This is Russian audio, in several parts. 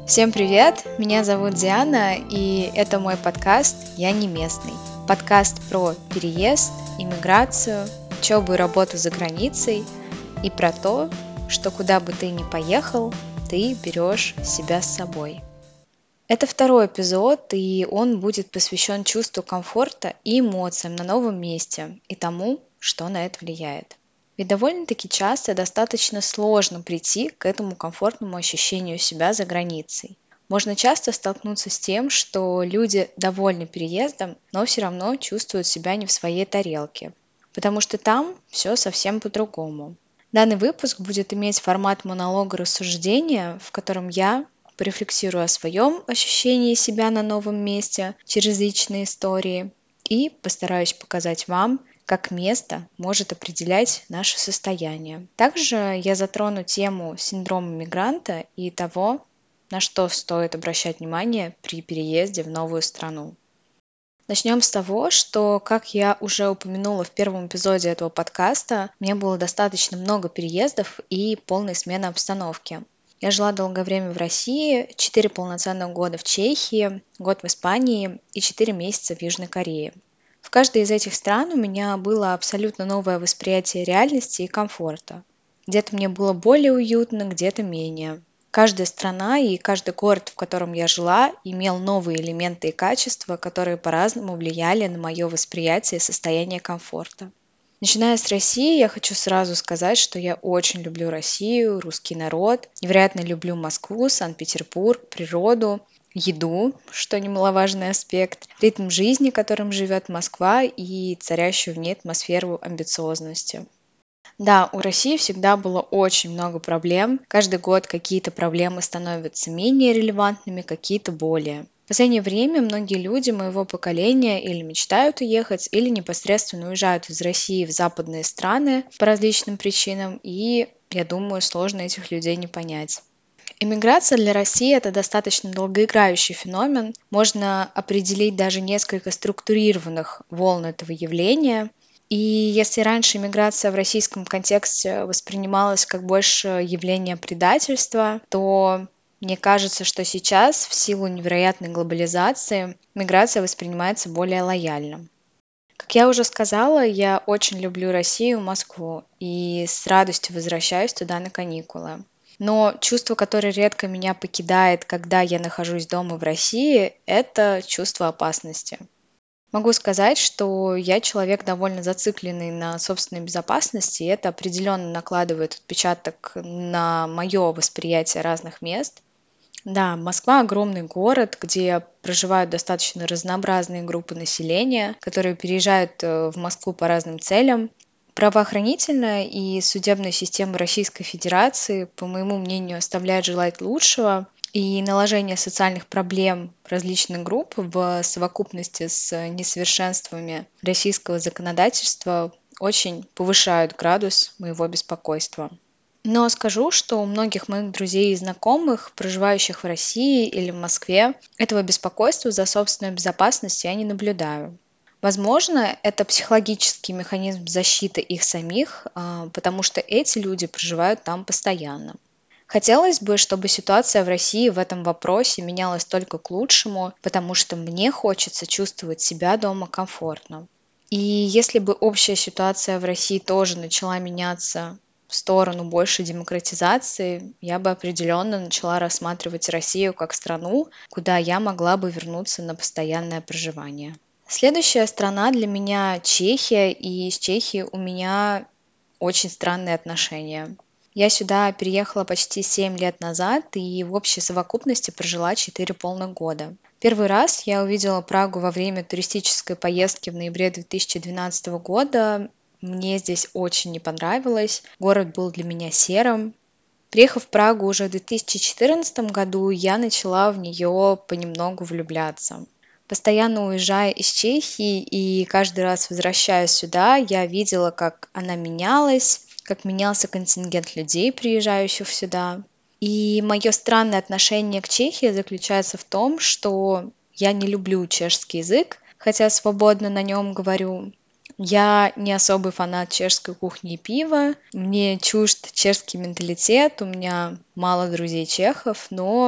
Всем привет! Меня зовут Диана, и это мой подкаст «Я не местный». Подкаст про переезд, иммиграцию, учебу и работу за границей и про то, что куда бы ты ни поехал, ты берешь себя с собой. Это второй эпизод, и он будет посвящен чувству комфорта и эмоциям на новом месте и тому, что на это влияет. Ведь довольно-таки часто достаточно сложно прийти к этому комфортному ощущению себя за границей. Можно часто столкнуться с тем, что люди довольны переездом, но все равно чувствуют себя не в своей тарелке, потому что там все совсем по-другому. Данный выпуск будет иметь формат монолога рассуждения, в котором я порефлексирую о своем ощущении себя на новом месте через личные истории и постараюсь показать вам, как место может определять наше состояние. Также я затрону тему синдрома мигранта и того, на что стоит обращать внимание при переезде в новую страну. Начнем с того, что, как я уже упомянула в первом эпизоде этого подкаста, мне было достаточно много переездов и полной смены обстановки. Я жила долгое время в России, 4 полноценных года в Чехии, год в Испании и 4 месяца в Южной Корее. В каждой из этих стран у меня было абсолютно новое восприятие реальности и комфорта. Где-то мне было более уютно, где-то менее. Каждая страна и каждый город, в котором я жила, имел новые элементы и качества, которые по-разному влияли на мое восприятие и состояние комфорта. Начиная с России, я хочу сразу сказать, что я очень люблю Россию, русский народ, невероятно люблю Москву, Санкт-Петербург, природу, еду, что немаловажный аспект, ритм жизни, которым живет Москва и царящую в ней атмосферу амбициозности. Да, у России всегда было очень много проблем. Каждый год какие-то проблемы становятся менее релевантными, какие-то более. В последнее время многие люди моего поколения или мечтают уехать, или непосредственно уезжают из России в западные страны по различным причинам, и, я думаю, сложно этих людей не понять. Иммиграция для России – это достаточно долгоиграющий феномен. Можно определить даже несколько структурированных волн этого явления. И если раньше иммиграция в российском контексте воспринималась как больше явление предательства, то мне кажется, что сейчас, в силу невероятной глобализации, миграция воспринимается более лояльно. Как я уже сказала, я очень люблю Россию, Москву и с радостью возвращаюсь туда на каникулы. Но чувство, которое редко меня покидает, когда я нахожусь дома в России, это чувство опасности. Могу сказать, что я человек довольно зацикленный на собственной безопасности, и это определенно накладывает отпечаток на мое восприятие разных мест. Да, Москва огромный город, где проживают достаточно разнообразные группы населения, которые переезжают в Москву по разным целям. Правоохранительная и судебная система Российской Федерации, по моему мнению, оставляет желать лучшего, и наложение социальных проблем различных групп в совокупности с несовершенствами российского законодательства очень повышают градус моего беспокойства. Но скажу, что у многих моих друзей и знакомых, проживающих в России или в Москве, этого беспокойства за собственную безопасность я не наблюдаю. Возможно, это психологический механизм защиты их самих, потому что эти люди проживают там постоянно. Хотелось бы, чтобы ситуация в России в этом вопросе менялась только к лучшему, потому что мне хочется чувствовать себя дома комфортно. И если бы общая ситуация в России тоже начала меняться в сторону большей демократизации, я бы определенно начала рассматривать Россию как страну, куда я могла бы вернуться на постоянное проживание. Следующая страна для меня Чехия, и с Чехией у меня очень странные отношения. Я сюда переехала почти 7 лет назад и в общей совокупности прожила 4 полных года. Первый раз я увидела Прагу во время туристической поездки в ноябре 2012 года. Мне здесь очень не понравилось. Город был для меня серым. Приехав в Прагу уже в 2014 году, я начала в нее понемногу влюбляться. Постоянно уезжая из Чехии и каждый раз возвращаясь сюда, я видела, как она менялась, как менялся контингент людей, приезжающих сюда. И мое странное отношение к Чехии заключается в том, что я не люблю чешский язык, хотя свободно на нем говорю. Я не особый фанат чешской кухни и пива. Мне чужд чешский менталитет, у меня мало друзей чехов, но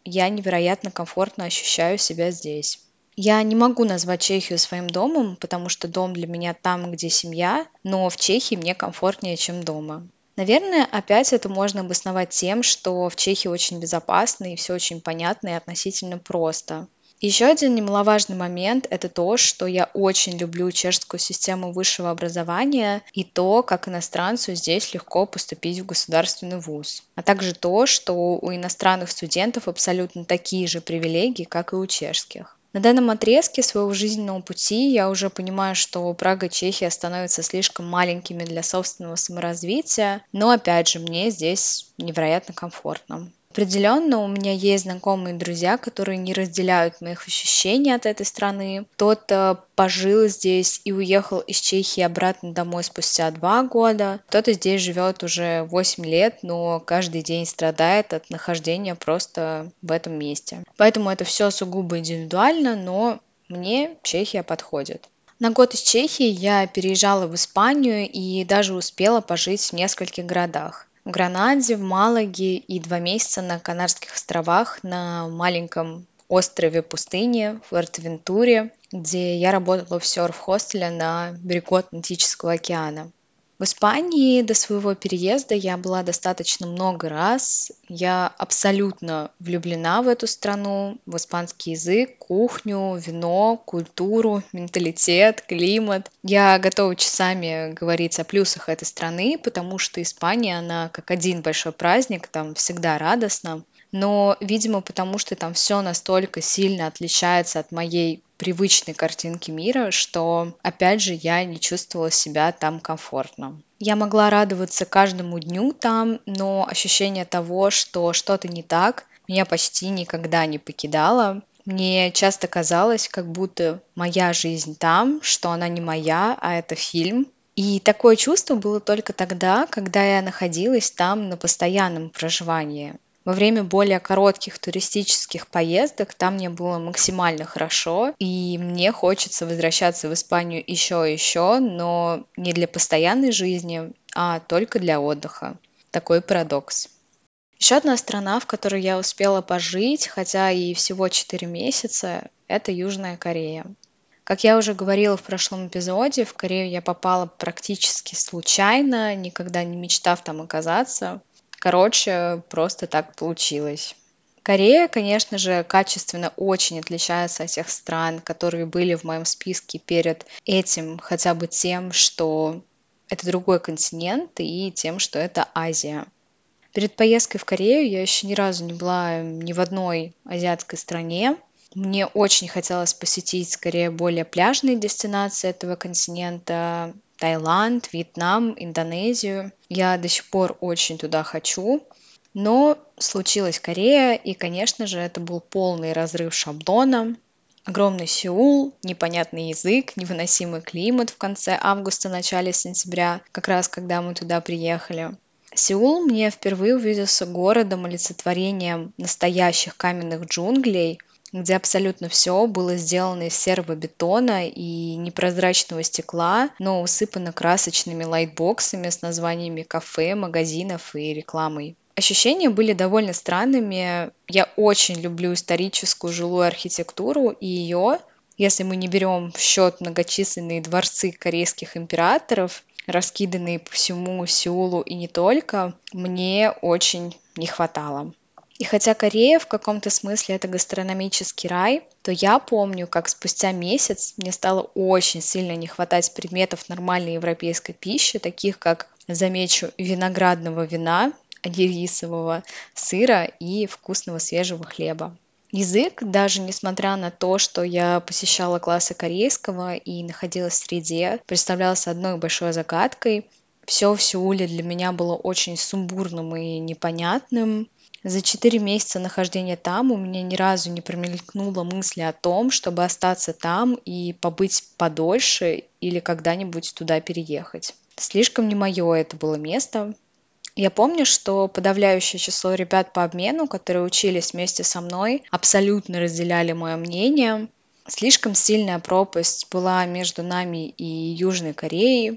я невероятно комфортно ощущаю себя здесь. Я не могу назвать Чехию своим домом, потому что дом для меня там, где семья, но в Чехии мне комфортнее, чем дома. Наверное, опять это можно обосновать тем, что в Чехии очень безопасно и все очень понятно и относительно просто. Еще один немаловажный момент – это то, что я очень люблю чешскую систему высшего образования и то, как иностранцу здесь легко поступить в государственный вуз, а также то, что у иностранных студентов абсолютно такие же привилегии, как и у чешских. На данном отрезке своего жизненного пути я уже понимаю, что Прага и Чехия становятся слишком маленькими для собственного саморазвития, но опять же, мне здесь невероятно комфортно. Определенно, у меня есть знакомые друзья, которые не разделяют моих ощущений от этой страны. Кто-то пожил здесь и уехал из Чехии обратно домой спустя 2 года. Кто-то здесь живет уже 8 лет, но каждый день страдает от нахождения просто в этом месте. Поэтому это все сугубо индивидуально, но мне Чехия подходит. На год из Чехии я переезжала в Испанию и даже успела пожить в нескольких городах. В Гранаде, в Малаге и 2 месяца на Канарских островах на маленьком острове пустыни в Фуэртевентуре, где я работала в серф-хостеле на берегу Атлантического океана. В Испании до своего переезда я была достаточно много раз. Я абсолютно влюблена в эту страну, в испанский язык, кухню, вино, культуру, менталитет, климат. Я готова часами говорить о плюсах этой страны, потому что Испания, она как один большой праздник, там всегда радостно. Но, видимо, потому что там все настолько сильно отличается от моей привычной картинки мира, что, опять же, я не чувствовала себя там комфортно. Я могла радоваться каждому дню там, но ощущение того, что что-то не так, меня почти никогда не покидало. Мне часто казалось, как будто моя жизнь там, что она не моя, а это фильм. И такое чувство было только тогда, когда я находилась там на постоянном проживании. Во время более коротких туристических поездок там мне было максимально хорошо, и мне хочется возвращаться в Испанию еще и еще, но не для постоянной жизни, а только для отдыха. Такой парадокс. Еще одна страна, в которой я успела пожить, хотя и всего 4 месяца, это Южная Корея. Как я уже говорила в прошлом эпизоде, в Корею я попала практически случайно, никогда не мечтав там оказаться. Короче, просто так получилось. Корея, конечно же, качественно очень отличается от тех стран, которые были в моем списке перед этим, хотя бы тем, что это другой континент и тем, что это Азия. Перед поездкой в Корею я еще ни разу не была ни в одной азиатской стране. Мне очень хотелось посетить скорее более пляжные дестинации этого континента. Таиланд, Вьетнам, Индонезию. Я до сих пор очень туда хочу. Но случилась Корея, и, конечно же, это был полный разрыв шаблона. Огромный Сеул, непонятный язык, невыносимый климат в конце августа, начале сентября, как раз когда мы туда приехали. Сеул мне впервые увиделся городом олицетворением настоящих каменных джунглей, где абсолютно все было сделано из серого бетона и непрозрачного стекла, но усыпано красочными лайтбоксами с названиями кафе, магазинов и рекламой. Ощущения были довольно странными. Я очень люблю историческую жилую архитектуру и ее, если мы не берем в счет многочисленные дворцы корейских императоров, раскиданные по всему Сеулу и не только, мне очень не хватало. И хотя Корея в каком-то смысле это гастрономический рай, то я помню, как спустя месяц мне стало очень сильно не хватать предметов нормальной европейской пищи, таких как, замечу, виноградного вина, а не рисового, сыра и вкусного свежего хлеба. Язык, даже несмотря на то, что я посещала классы корейского и находилась в среде, представлялся одной большой загадкой. Все в Сеуле для меня было очень сумбурным и непонятным. За 4 месяца нахождения там у меня ни разу не промелькнула мысль о том, чтобы остаться там и побыть подольше или когда-нибудь туда переехать. Слишком не мое это было место. Я помню, что подавляющее число ребят по обмену, которые учились вместе со мной, абсолютно разделяли мое мнение. Слишком сильная пропасть была между нами и Южной Кореей.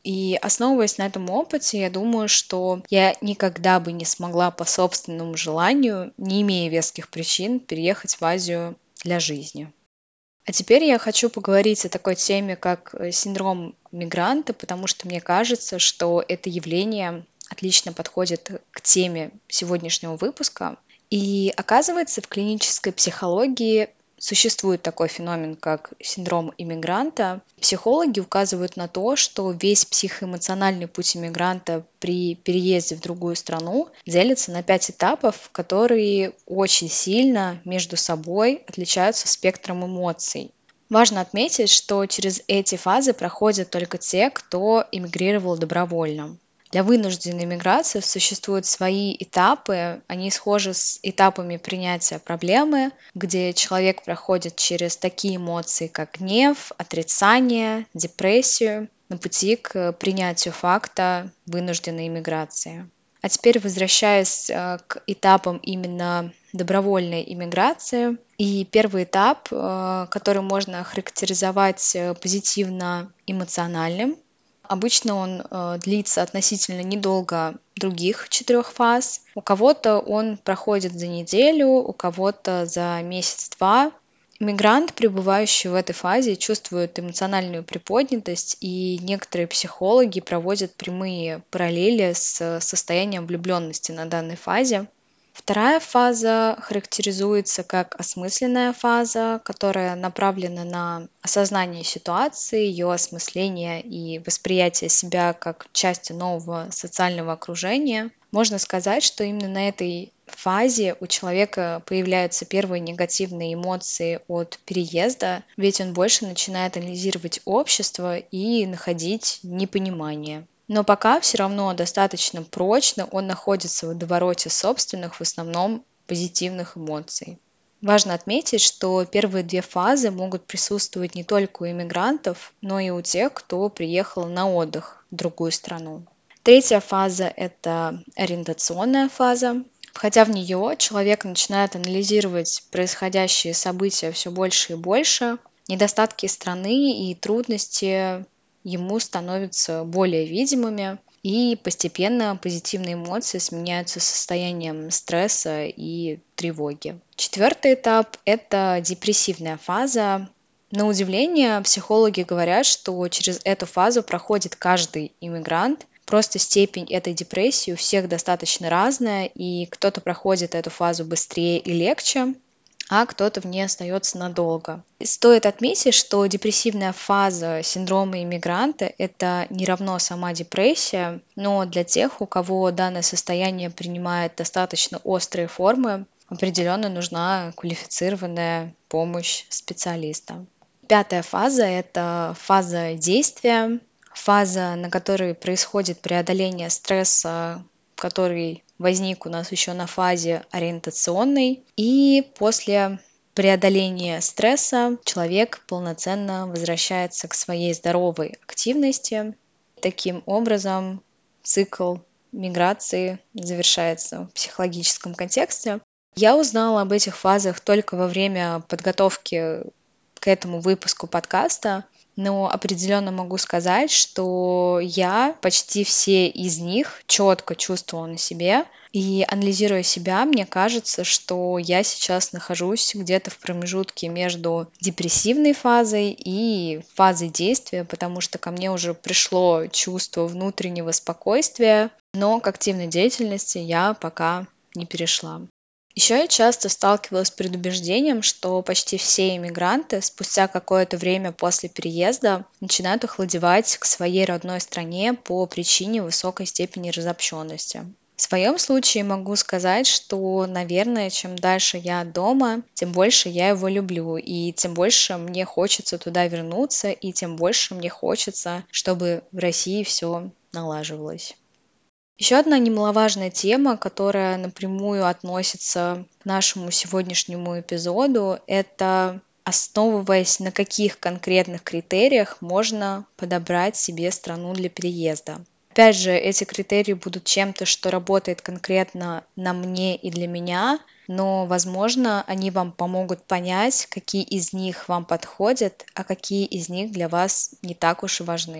И основываясь на этом опыте, я думаю, что я никогда бы не смогла по собственному желанию, не имея веских причин, переехать в Азию для жизни. А теперь я хочу поговорить о такой теме, как синдром мигранта, потому что мне кажется, что это явление отлично подходит к теме сегодняшнего выпуска. И оказывается, в клинической психологии существует такой феномен, как синдром иммигранта. Психологи указывают на то, что весь психоэмоциональный путь иммигранта при переезде в другую страну делится на 5 этапов, которые очень сильно между собой отличаются спектром эмоций. Важно отметить, что через эти фазы проходят только те, кто эмигрировал добровольно. Для вынужденной миграции существуют свои этапы, они схожи с этапами принятия проблемы, где человек проходит через такие эмоции, как гнев, отрицание, депрессию на пути к принятию факта вынужденной миграции. А теперь возвращаясь к этапам именно добровольной иммиграции. И первый этап, который можно характеризовать позитивно эмоциональным. Обычно он длится относительно недолго других 4 фаз. У кого-то он проходит за неделю, у кого-то за месяц-два. Мигрант, пребывающий в этой фазе, чувствует эмоциональную приподнятость, и некоторые психологи проводят прямые параллели с состоянием влюбленности на данной фазе. Вторая фаза характеризуется как осмысленная фаза, которая направлена на осознание ситуации, ее осмысление и восприятие себя как части нового социального окружения. Можно сказать, что именно на этой фазе у человека появляются первые негативные эмоции от переезда, ведь он больше начинает анализировать общество и находить непонимание. Но пока все равно достаточно прочно он находится в водовороте собственных, в основном, позитивных эмоций. Важно отметить, что первые 2 фазы могут присутствовать не только у иммигрантов, но и у тех, кто приехал на отдых в другую страну. Третья фаза– это ориентационная фаза. Входя в нее, человек начинает анализировать происходящие события все больше и больше. Недостатки страны и трудности ему становятся более видимыми, и постепенно позитивные эмоции сменяются состоянием стресса и тревоги. Четвертый этап– это депрессивная фаза. На удивление, психологи говорят, что через эту фазу проходит каждый иммигрант. Просто степень этой депрессии у всех достаточно разная, и кто-то проходит эту фазу быстрее и легче, а кто-то в ней остается надолго. Стоит отметить, что депрессивная фаза синдрома иммигранта– это не равно сама депрессия, но для тех, у кого данное состояние принимает достаточно острые формы, определенно нужна квалифицированная помощь специалиста. Пятая фаза– это фаза действия, фаза, на которой происходит преодоление стресса, который возник у нас еще на фазе ориентационной. И после преодоления стресса человек полноценно возвращается к своей здоровой активности. Таким образом, цикл миграции завершается в психологическом контексте. Я узнала об этих фазах только во время подготовки к этому выпуску подкаста, но определенно могу сказать, что я почти все из них четко чувствовала на себе. И анализируя себя, мне кажется, что я сейчас нахожусь где-то в промежутке между депрессивной фазой и фазой действия, потому что ко мне уже пришло чувство внутреннего спокойствия, но к активной деятельности я пока не перешла. Еще я часто сталкивалась с предубеждением, что почти все иммигранты спустя какое-то время после переезда начинают охладевать к своей родной стране по причине высокой степени разобщенности. В своем случае могу сказать, что, наверное, чем дальше я дома, тем больше я его люблю, и тем больше мне хочется туда вернуться, и тем больше мне хочется, чтобы в России все налаживалось. Еще одна немаловажная тема, которая напрямую относится к нашему сегодняшнему эпизоду, это основываясь на каких конкретных критериях можно подобрать себе страну для переезда. Опять же, эти критерии будут чем-то, что работает конкретно на мне и для меня, но, возможно, они вам помогут понять, какие из них вам подходят, а какие из них для вас не так уж и важны.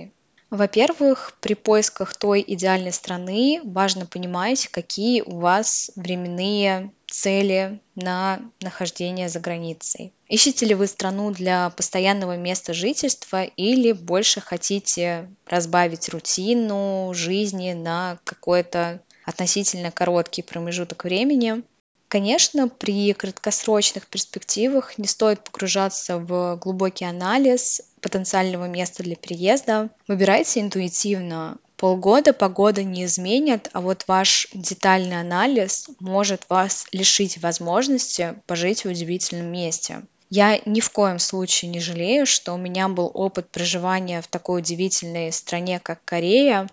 Во-первых, при поисках той идеальной страны важно понимать, какие у вас временные цели на нахождение за границей. Ищете ли вы страну для постоянного места жительства или больше хотите разбавить рутину жизни на какой-то относительно короткий промежуток времени? Конечно, при краткосрочных перспективах не стоит погружаться в глубокий анализ потенциального места для переезда. Выбирайте интуитивно. Полгода погода не изменит, а вот ваш детальный анализ может вас лишить возможности пожить в удивительном месте. Я ни в коем случае не жалею, что у меня был опыт проживания в такой удивительной стране, как Корея.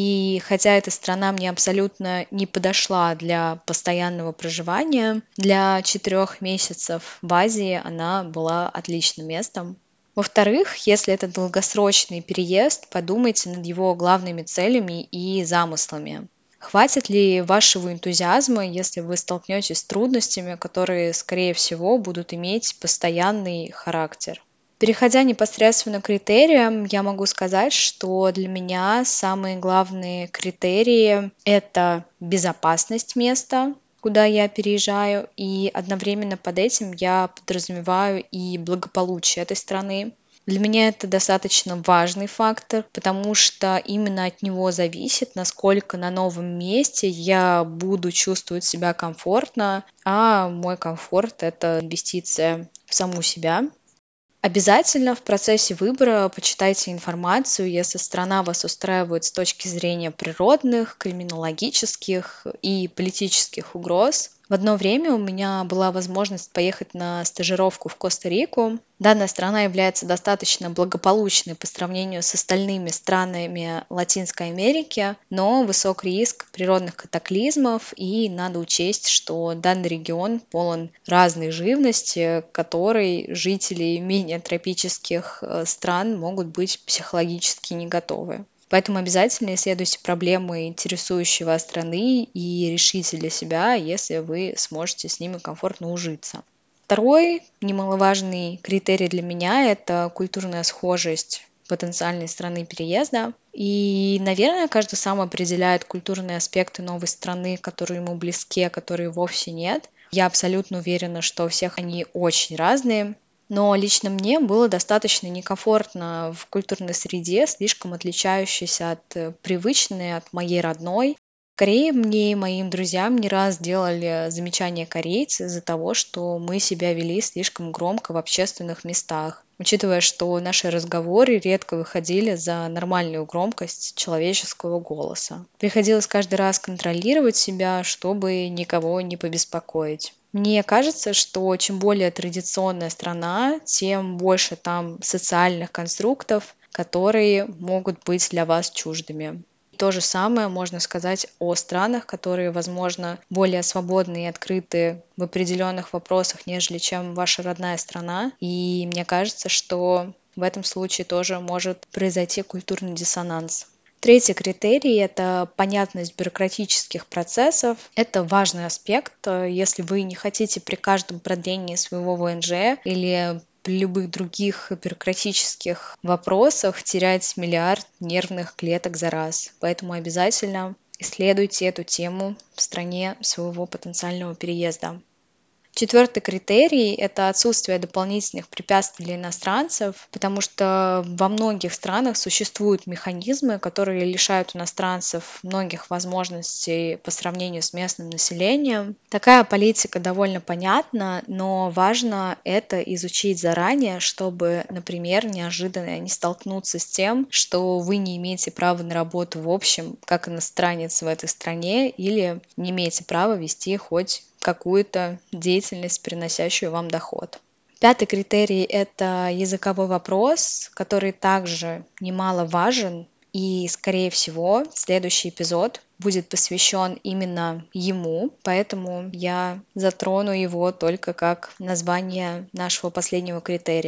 И хотя эта страна мне абсолютно не подошла для постоянного проживания, для 4 месяцев в Азии она была отличным местом. Во-вторых, если это долгосрочный переезд, подумайте над его главными целями и замыслами. Хватит ли вашего энтузиазма, если вы столкнетесь с трудностями, которые, скорее всего, будут иметь постоянный характер? Переходя непосредственно к критериям, я могу сказать, что для меня самые главные критерии– это безопасность места, куда я переезжаю, и одновременно под этим я подразумеваю и благополучие этой страны. Для меня это достаточно важный фактор, потому что именно от него зависит, насколько на новом месте я буду чувствовать себя комфортно, а мой комфорт– это инвестиция в саму себя. Обязательно в процессе выбора почитайте информацию, если страна вас устраивает с точки зрения природных, криминологических и политических угроз. В одно время у меня была возможность поехать на стажировку в Коста-Рику. Данная страна является достаточно благополучной по сравнению с остальными странами Латинской Америки, но высок риск природных катаклизмов, и надо учесть, что данный регион полон разной живности, к которой жители менее тропических стран могут быть психологически не готовы. Поэтому обязательно исследуйте проблемы, интересующие вас страны, и решите для себя, если вы сможете с ними комфортно ужиться. Второй немаловажный критерий для меня– это культурная схожесть потенциальной страны переезда. И, наверное, каждый сам определяет культурные аспекты новой страны, которые ему близки, а которые вовсе нет. Я абсолютно уверена, что у всех они очень разные. Но лично мне было достаточно некомфортно в культурной среде, слишком отличающейся от привычной, от моей родной. В Корее мне и моим друзьям не раз делали замечания корейцы из-за того, что мы себя вели слишком громко в общественных местах, учитывая, что наши разговоры редко выходили за нормальную громкость человеческого голоса. Приходилось каждый раз контролировать себя, чтобы никого не побеспокоить. Мне кажется, что чем более традиционная страна, тем больше там социальных конструктов, которые могут быть для вас чуждыми. То же самое можно сказать о странах, которые, возможно, более свободны и открыты в определенных вопросах, нежели чем ваша родная страна. И мне кажется, что в этом случае тоже может произойти культурный диссонанс. Третий критерий– это понятность бюрократических процессов. Это важный аспект. Если вы не хотите при каждом продлении своего ВНЖ или при любых других бюрократических вопросах терять миллиард нервных клеток за раз. Поэтому обязательно исследуйте эту тему в стране своего потенциального переезда. Четвертый критерий– это отсутствие дополнительных препятствий для иностранцев, потому что во многих странах существуют механизмы, которые лишают иностранцев многих возможностей по сравнению с местным населением. Такая политика довольно понятна, но важно это изучить заранее, чтобы, например, неожиданно не столкнуться с тем, что вы не имеете права на работу в общем, как иностранец в этой стране, или не имеете права вести хоть какую-то деятельность, приносящую вам доход. Пятый критерий– это языковой вопрос, который также немаловажен, и, скорее всего, следующий эпизод будет посвящен именно ему, поэтому я затрону его только как название нашего последнего критерия.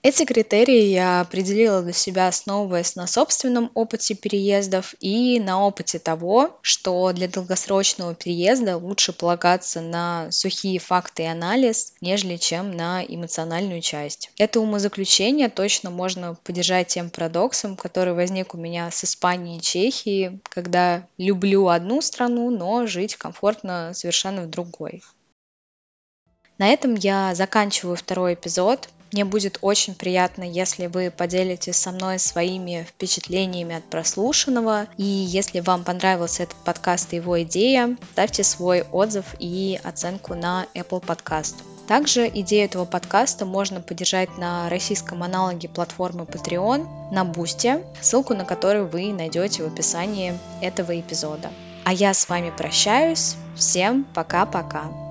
Эти критерии я определила для себя, основываясь на собственном опыте переездов и на опыте того, что для долгосрочного переезда лучше полагаться на сухие факты и анализ, нежели чем на эмоциональную часть. Это умозаключение точно можно поддержать тем парадоксом, который возник у меня с Испанией и Чехией, когда люблю одну страну, но жить комфортно совершенно в другой. На этом я заканчиваю второй эпизод. Мне будет очень приятно, если вы поделитесь со мной своими впечатлениями от прослушанного. И если вам понравился этот подкаст и его идея, ставьте свой отзыв и оценку на Apple Podcast. Также идею этого подкаста можно поддержать на российском аналоге платформы Patreon на Boosty, ссылку на которую вы найдете в описании этого эпизода. А я с вами прощаюсь. Всем пока-пока.